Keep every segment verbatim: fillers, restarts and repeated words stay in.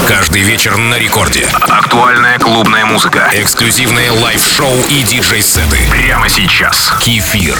Каждый вечер на рекорде. Актуальная клубная музыка, эксклюзивные лайв-шоу и диджей-сеты. Прямо сейчас. Кефир.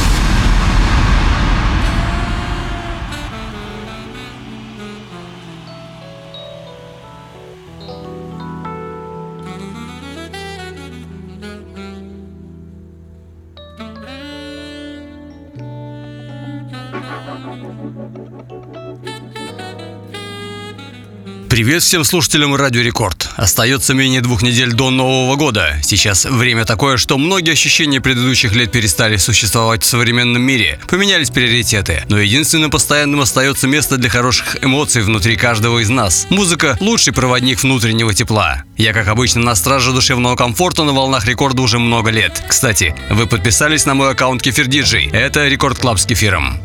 Привет всем слушателям Радио Рекорд. Остается менее двух недель до Нового года. Сейчас время такое, что многие ощущения предыдущих лет перестали существовать в современном мире. Поменялись приоритеты. Но единственным постоянным остается место для хороших эмоций внутри каждого из нас. Музыка – лучший проводник внутреннего тепла. Я, как обычно, на страже душевного комфорта на волнах Рекорда уже много лет. Кстати, вы подписались на мой аккаунт Кефир Диджей. Это Рекорд Клаб с Кефиром.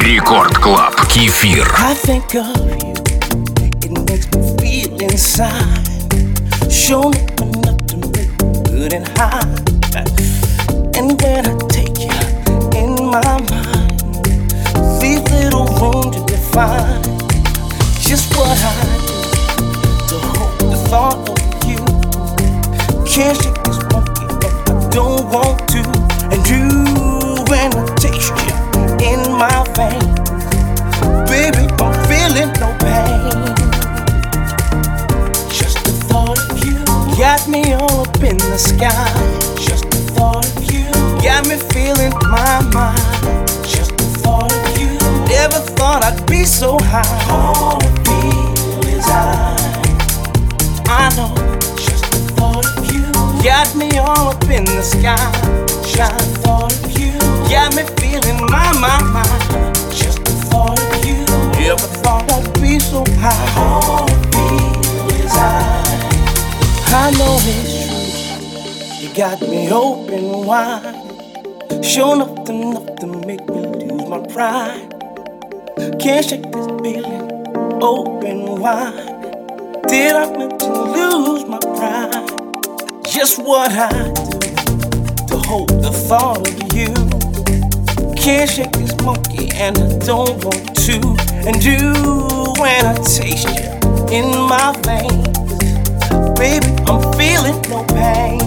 Рекорд Клаб. Кефир. I think of you, it makes me feel inside. Show me enough to make me good and high. And when I take you in my mind, leave little room to define just what I do to hold the thought of you. Can't shake this monkey up, I don't want to. And you, when I taste you in my veins, baby, I'm feeling no pain. Just the thought of you got me all up in the sky. Just the thought of you got me feeling my mind. Just the thought of you, never thought I'd be so high. All I feel is I, I know. Just the thought of you got me all up in the sky. Just the thought of you got me feeling my, my, my. Just the thought of you, never thought I'd be so high. All I feel is I, I know it's true. You got me open wide. Show nothing, enough to make me lose my pride. Can't shake this feeling, open wide. Did I meant to lose my pride? Just what I do to hold the thought of you. Can't shake this monkey and I don't want to. And you, when I taste you in my veins, baby, I'm feeling no pain.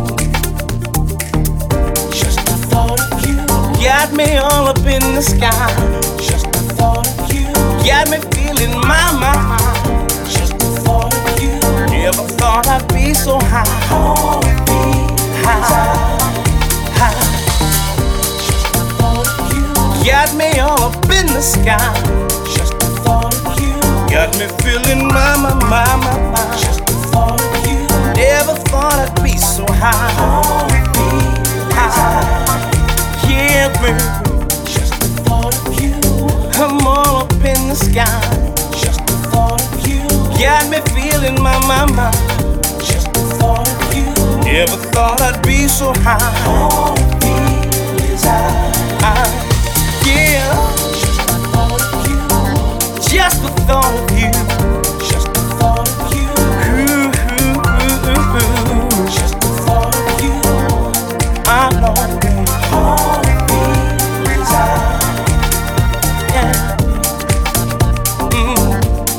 Just the thought of you got me all up in the sky. Just the thought of you got me feeling my, my, my. Just the thought of you, never thought I'd be so high. Oh, be high, high. Just the thought of you got me all up in the sky. Just the thought of you got me feeling my, my, my, my, my. Just the thought of you, never thought I'd be so high. Oh, be high, yeah, baby. Just the thought of you, I'm all up in the sky. Just the thought of you got me feeling my, my, my. Just the thought of you, never thought I'd be so high. All I feel is I, I, yeah. Just the thought of you, just the thought of you, just the thought of you, ooh, ooh, ooh, ooh. Just the thought of you, I know, baby. All I feel is I, yeah, mm,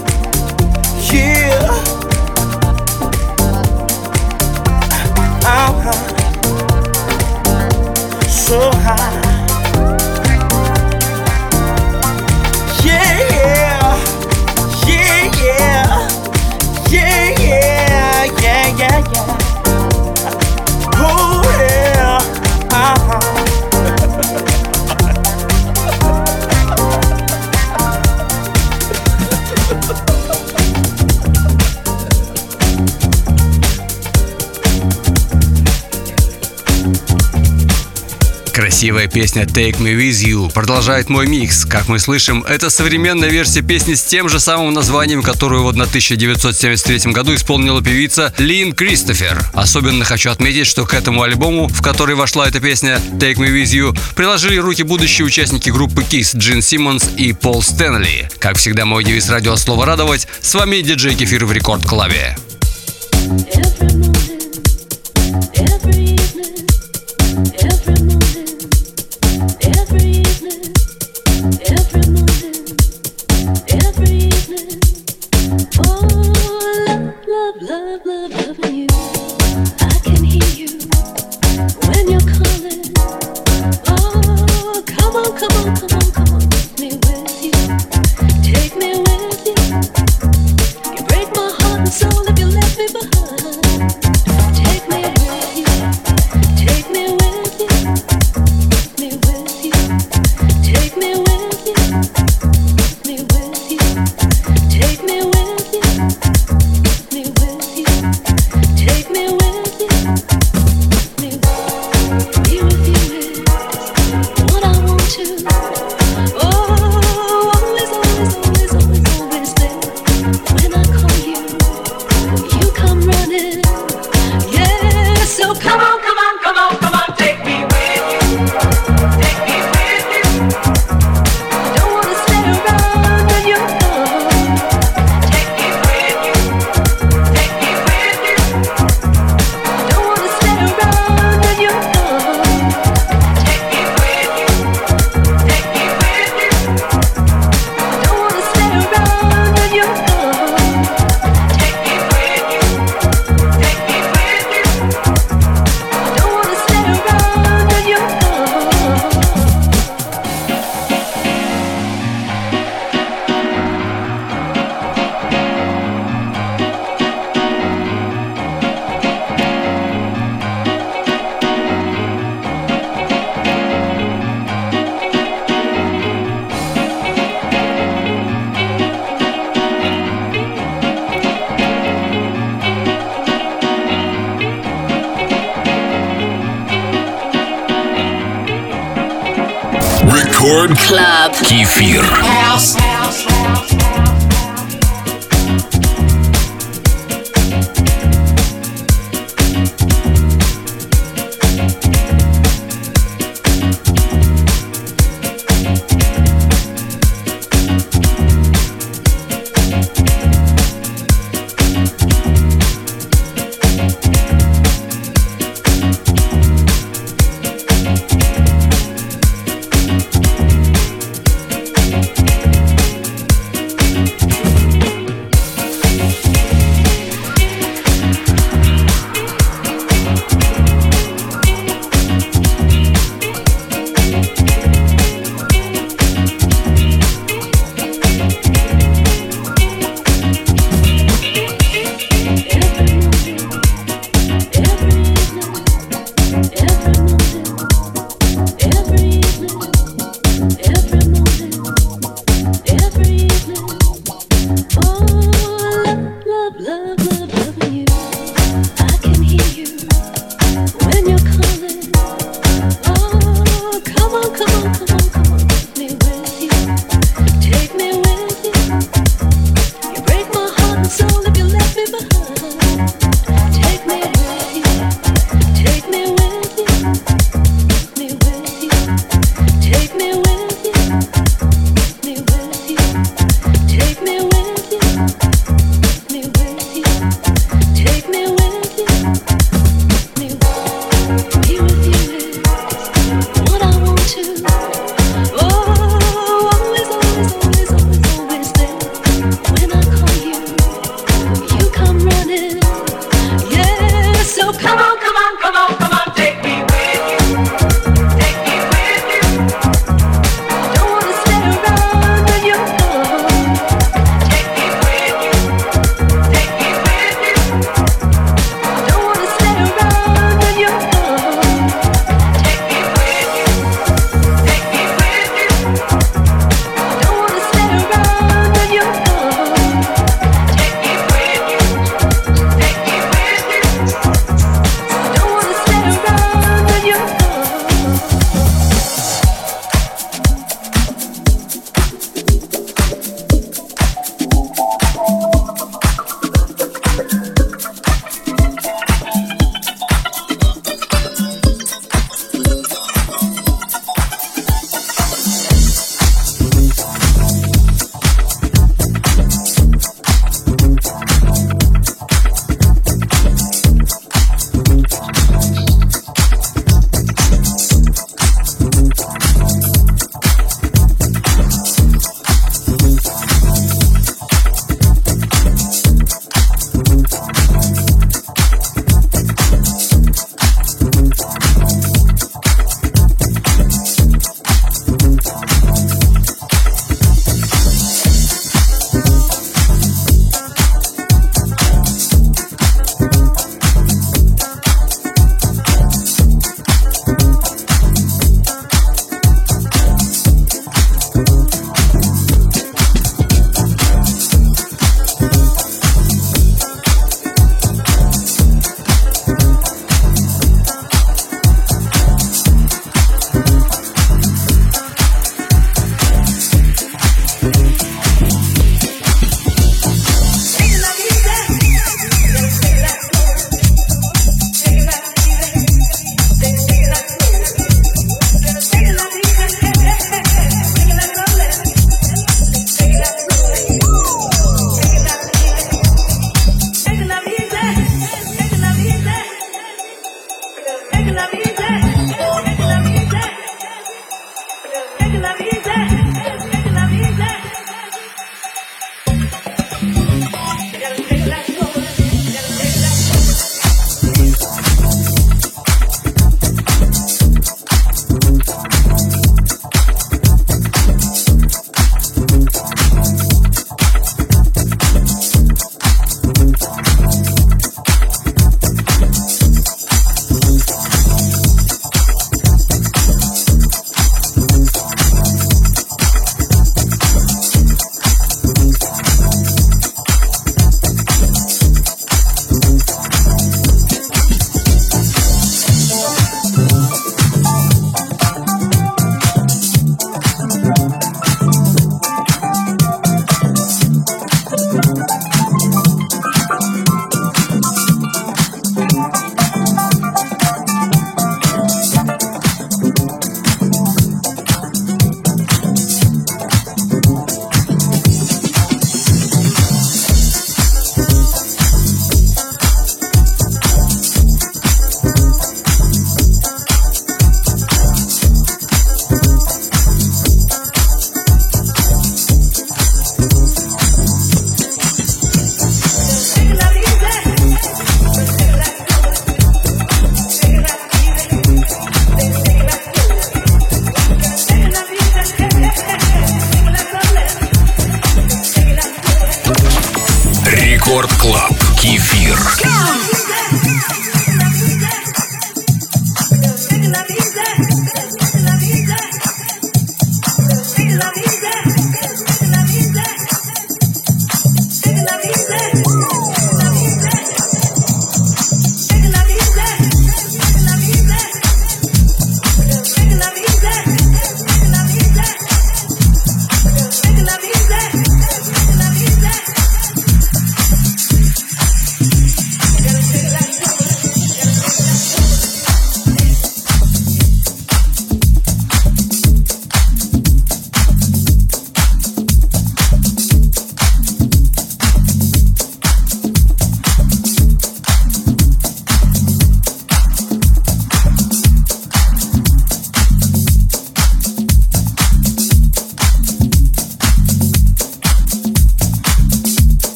yeah, I'm high, so high. Красивая песня Take Me With You продолжает мой микс. Как мы слышим, это современная версия песни с тем же самым названием, которую в тысяча девятьсот семьдесят третьем году исполнила певица Лин Кристофер. Особенно хочу отметить, что к этому альбому, в который вошла эта песня Take Me With You, приложили руки будущие участники группы Kiss Джин Симмонс и Пол Стэнли. Как всегда, мой девиз радио «Слово радовать». С вами диджей Кефир в Рекорд Клабе. Love, love, loving you. I can hear you when you're calling. Oh, come on, come on, come on, come on. Take me with you. Take me with you. You break my heart and soul if you left me behind. Record Club. Кефир. Thank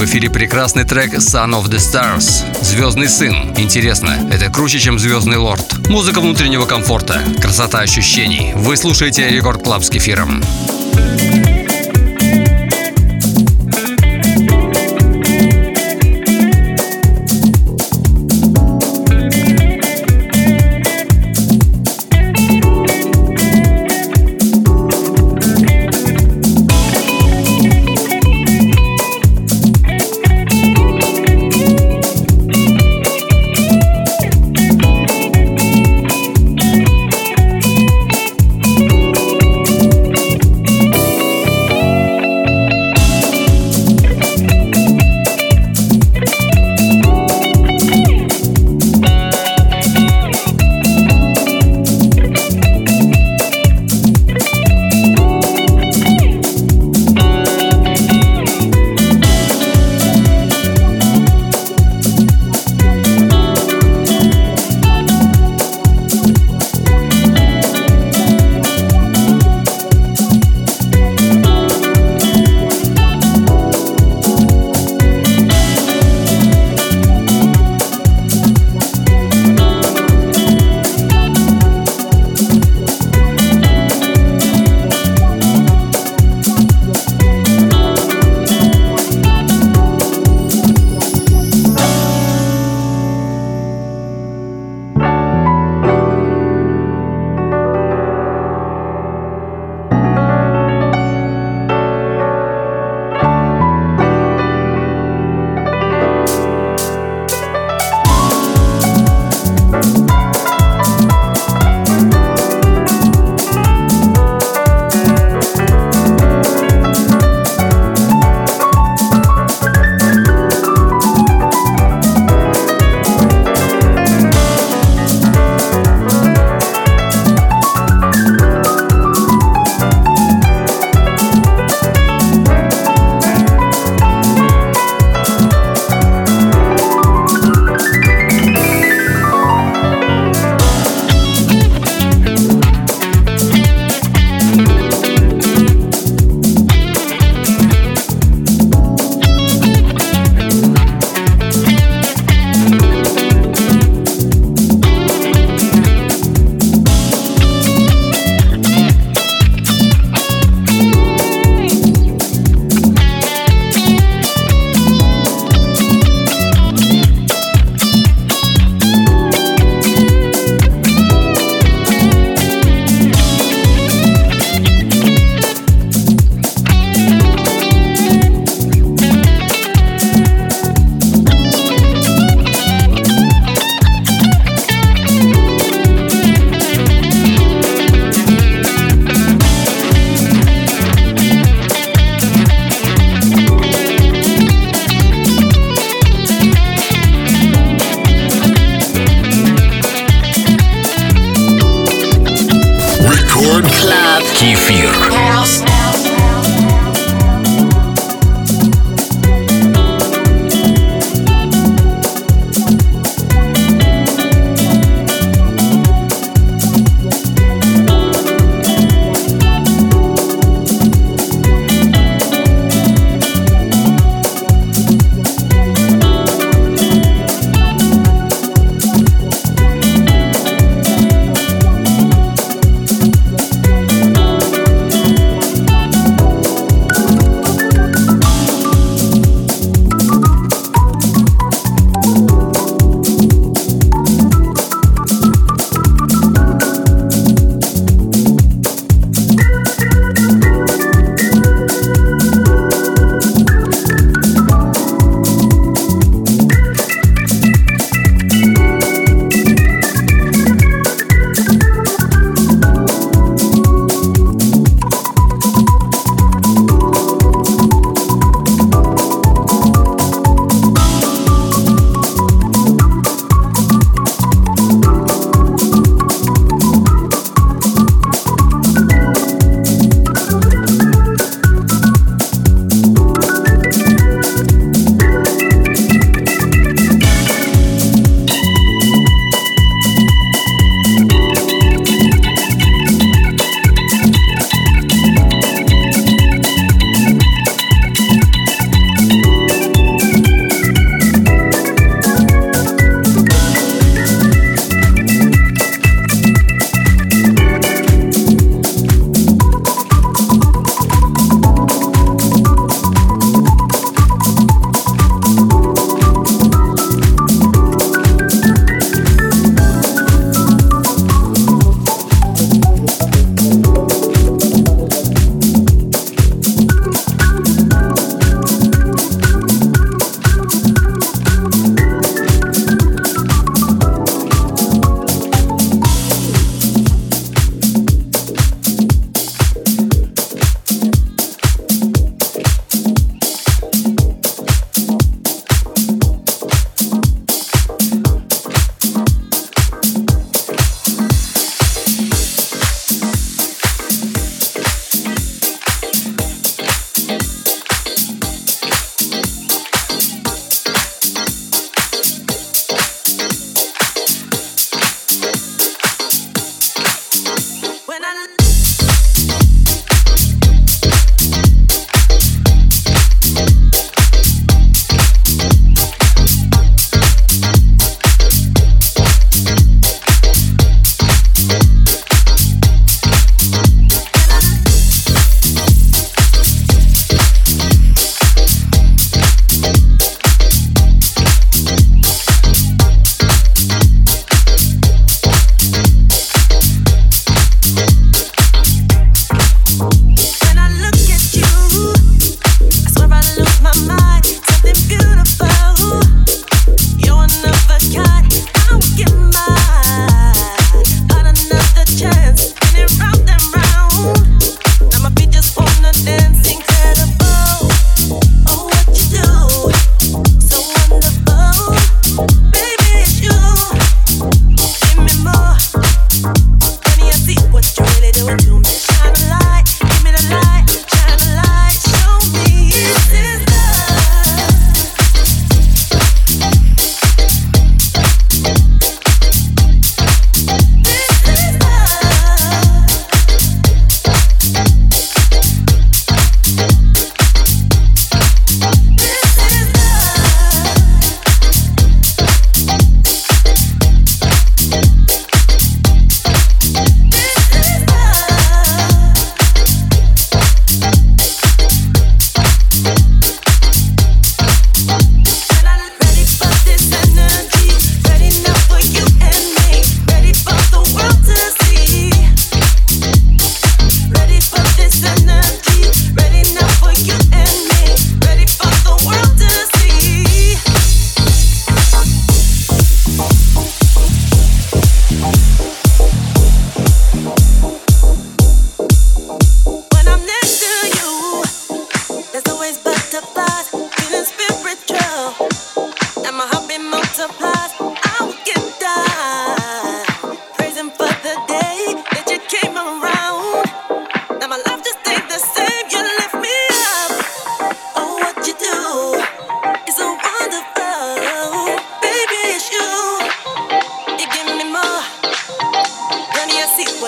эфире прекрасный трек Son of the Stars. Звездный сын. Интересно, это круче, чем Звездный лорд. Музыка внутреннего комфорта, красота ощущений. Вы слушаете Рекорд Клаб с Кефиром. Кефир.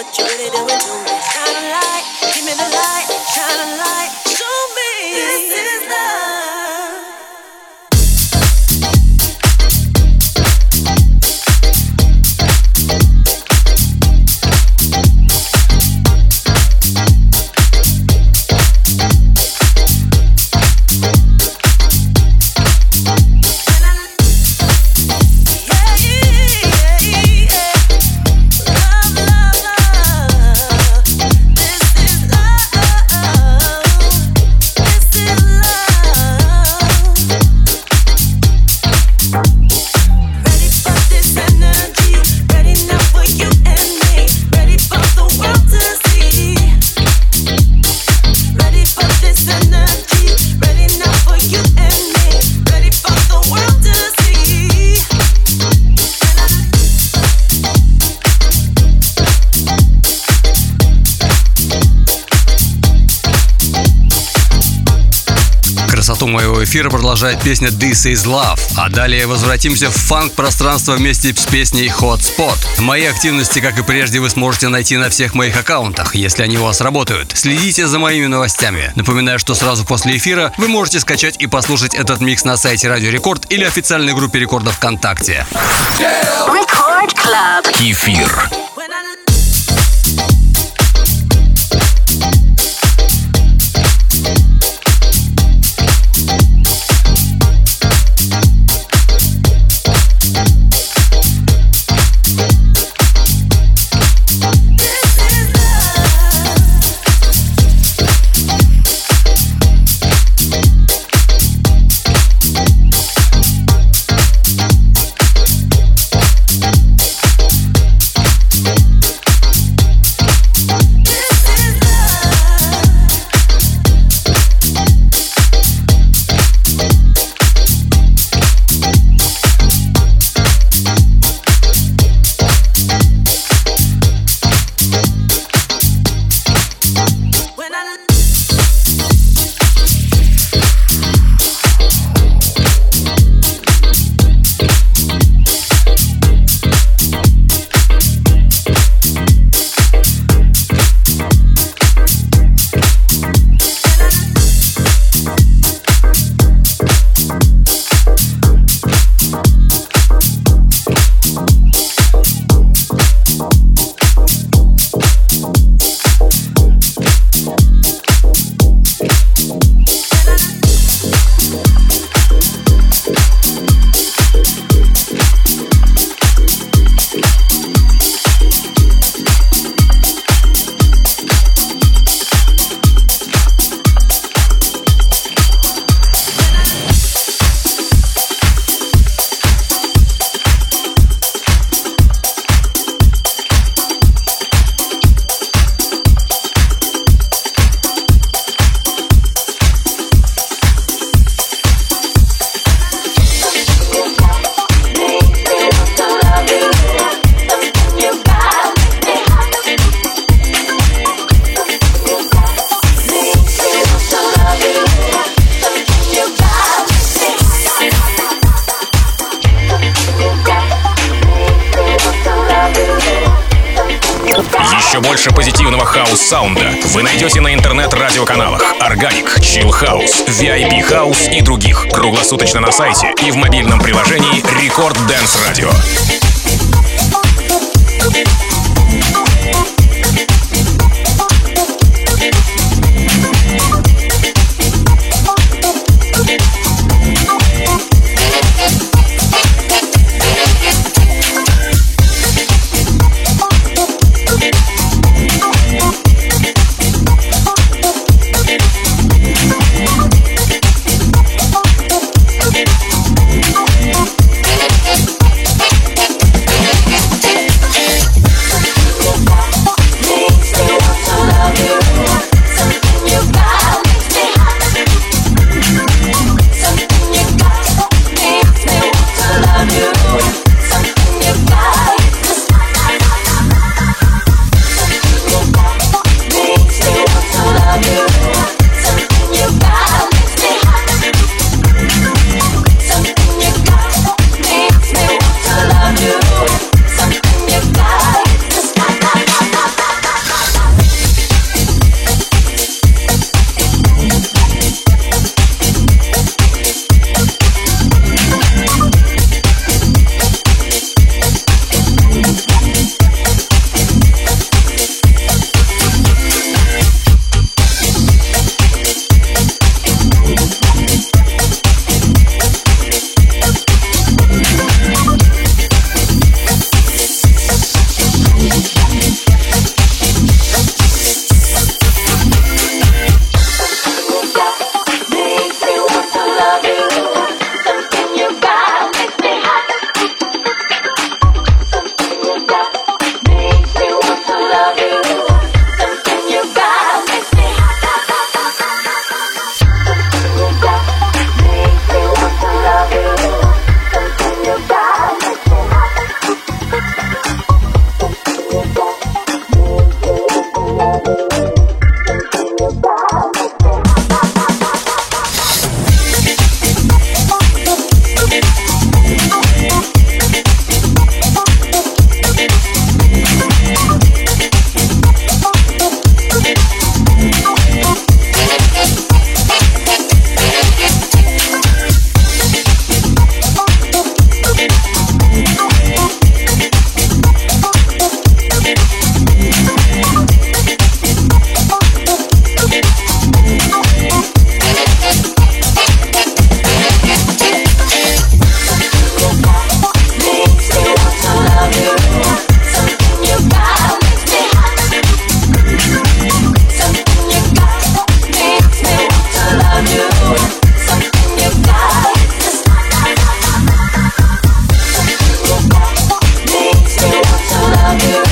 what you really doing to me. Shine a light, give me the light, shine a light, show me this is love. Красоту моего эфира продолжает песня This Is Love, а далее возвратимся в фанк-пространство вместе с песней Hot Spot. Мои активности, как и прежде, вы сможете найти на всех моих аккаунтах, если они у вас работают. Следите за моими новостями. Напоминаю, что сразу после эфира вы можете скачать и послушать этот микс на сайте Радио Рекорд или официальной группе Рекорда ВКонтакте. Рекорд Клаб. Кефир. Еще больше позитивного хаус-саунда вы найдете на интернет-радиоканалах Organic, Chill House, ви ай пи House и других. Круглосуточно на сайте и в мобильном приложении Record Dance Radio.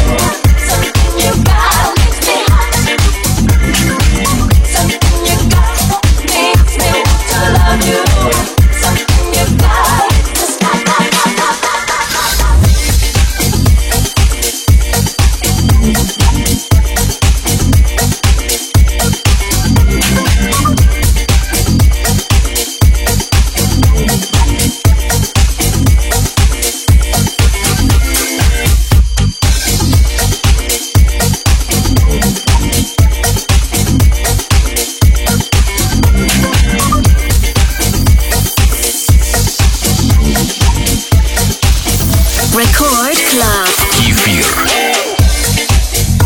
Кефир.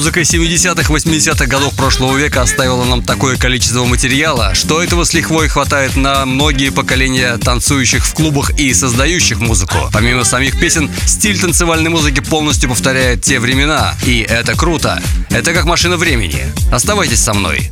Музыка семидесятых-восьмидесятых годов прошлого века оставила нам такое количество материала, что этого с лихвой хватает на многие поколения танцующих в клубах и создающих музыку. Помимо самих песен, стиль танцевальной музыки полностью повторяет те времена, и это круто. Это как машина времени. Оставайтесь со мной.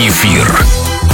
Кефир.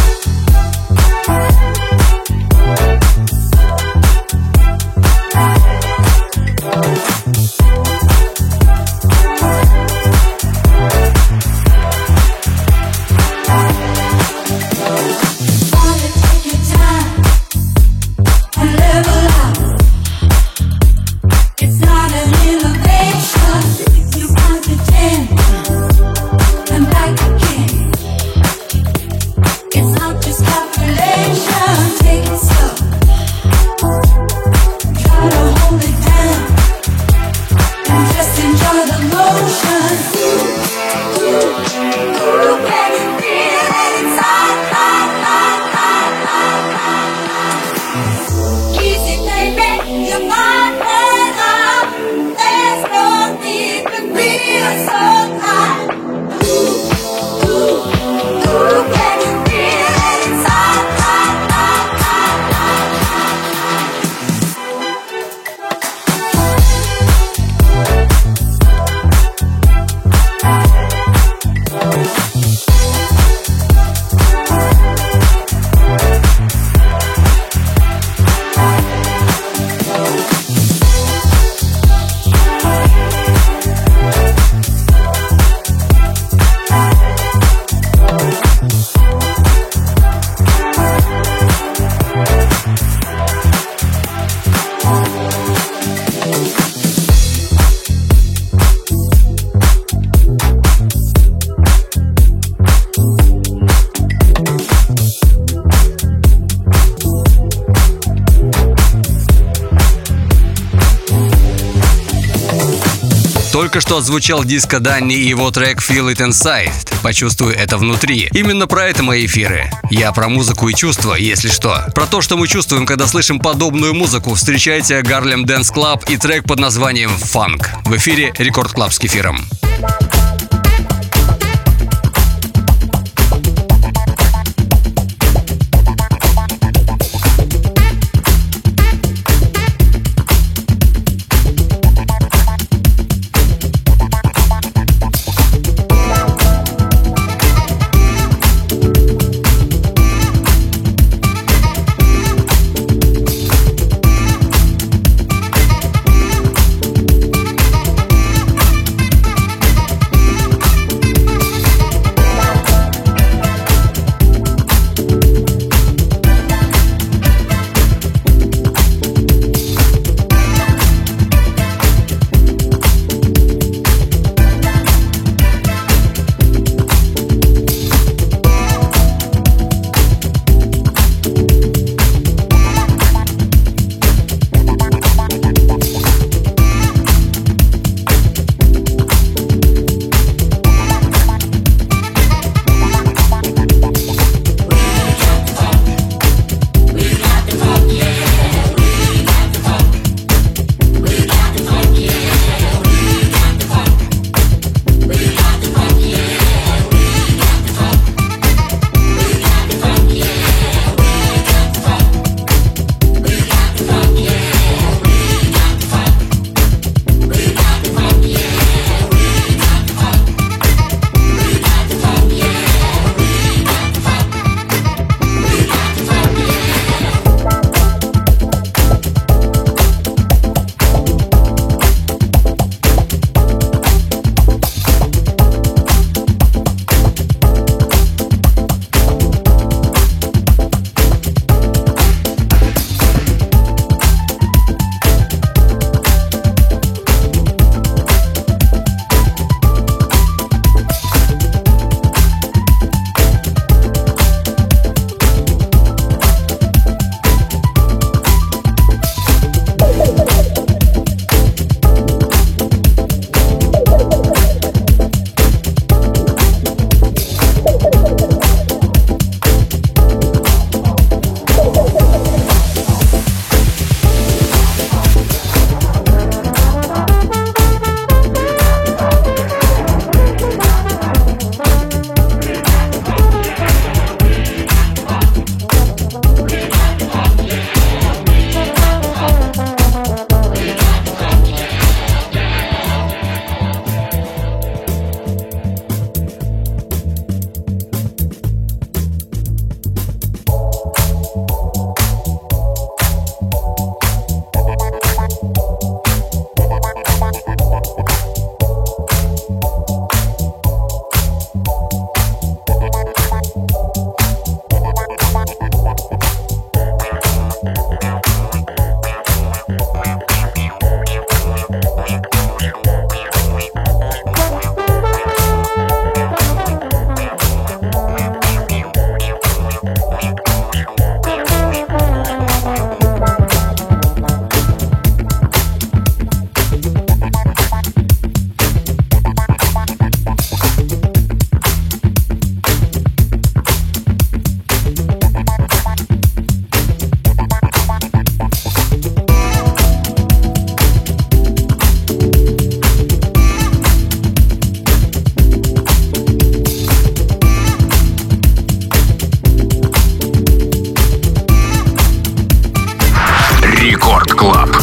Только что отзвучал диско Данни и его трек Feel It Inside. Почувствуй это внутри. Именно про это мои эфиры. Я про музыку и чувства, если что. Про то, что мы чувствуем, когда слышим подобную музыку. Встречайте Harlem Dance Club и трек под названием Funk. В эфире Рекорд Клаб с Кефиром.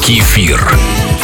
Кефир.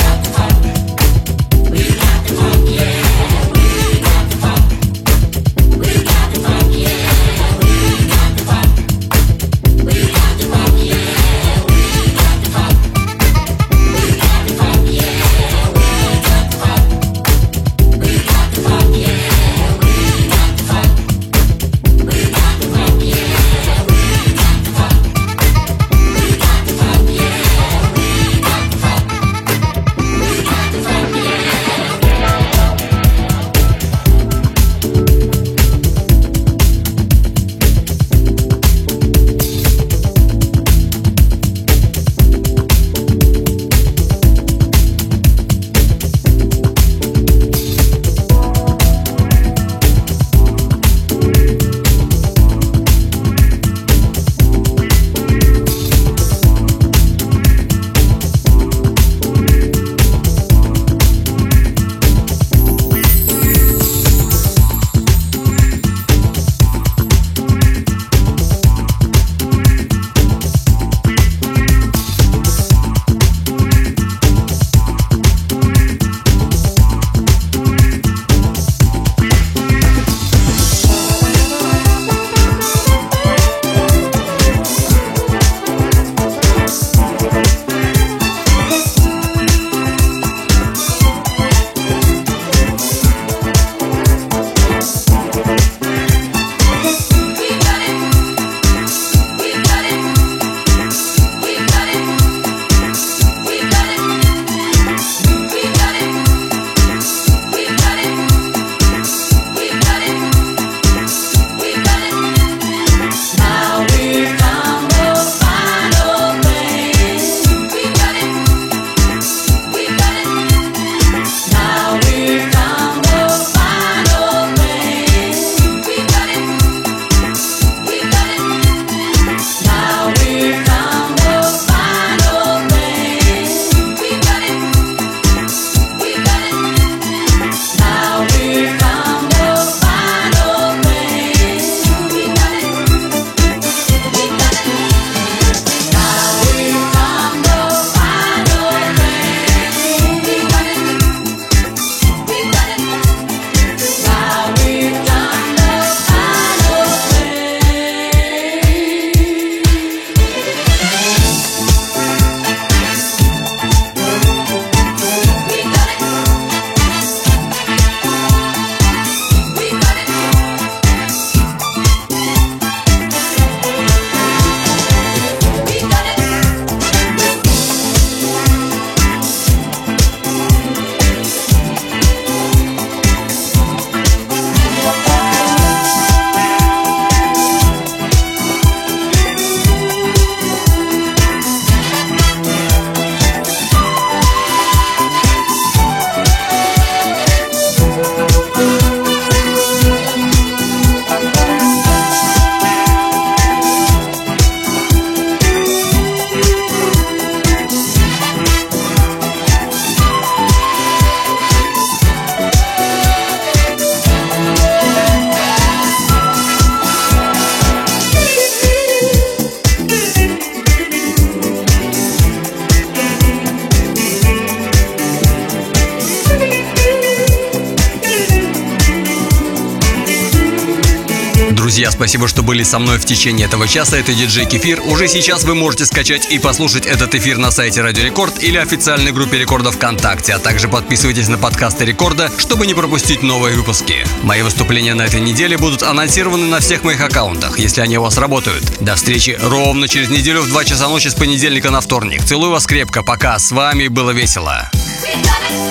Друзья, спасибо, что были со мной в течение этого часа. Это диджей Кефир. Уже сейчас вы можете скачать и послушать этот эфир на сайте Радио Рекорд или официальной группе Рекорда ВКонтакте, а также подписывайтесь на подкасты Рекорда, чтобы не пропустить новые выпуски. Мои выступления на этой неделе будут анонсированы на всех моих аккаунтах, если они у вас работают. До встречи ровно через неделю в два часа ночи с понедельника на вторник. Целую вас крепко. Пока. С вами было весело. We got it.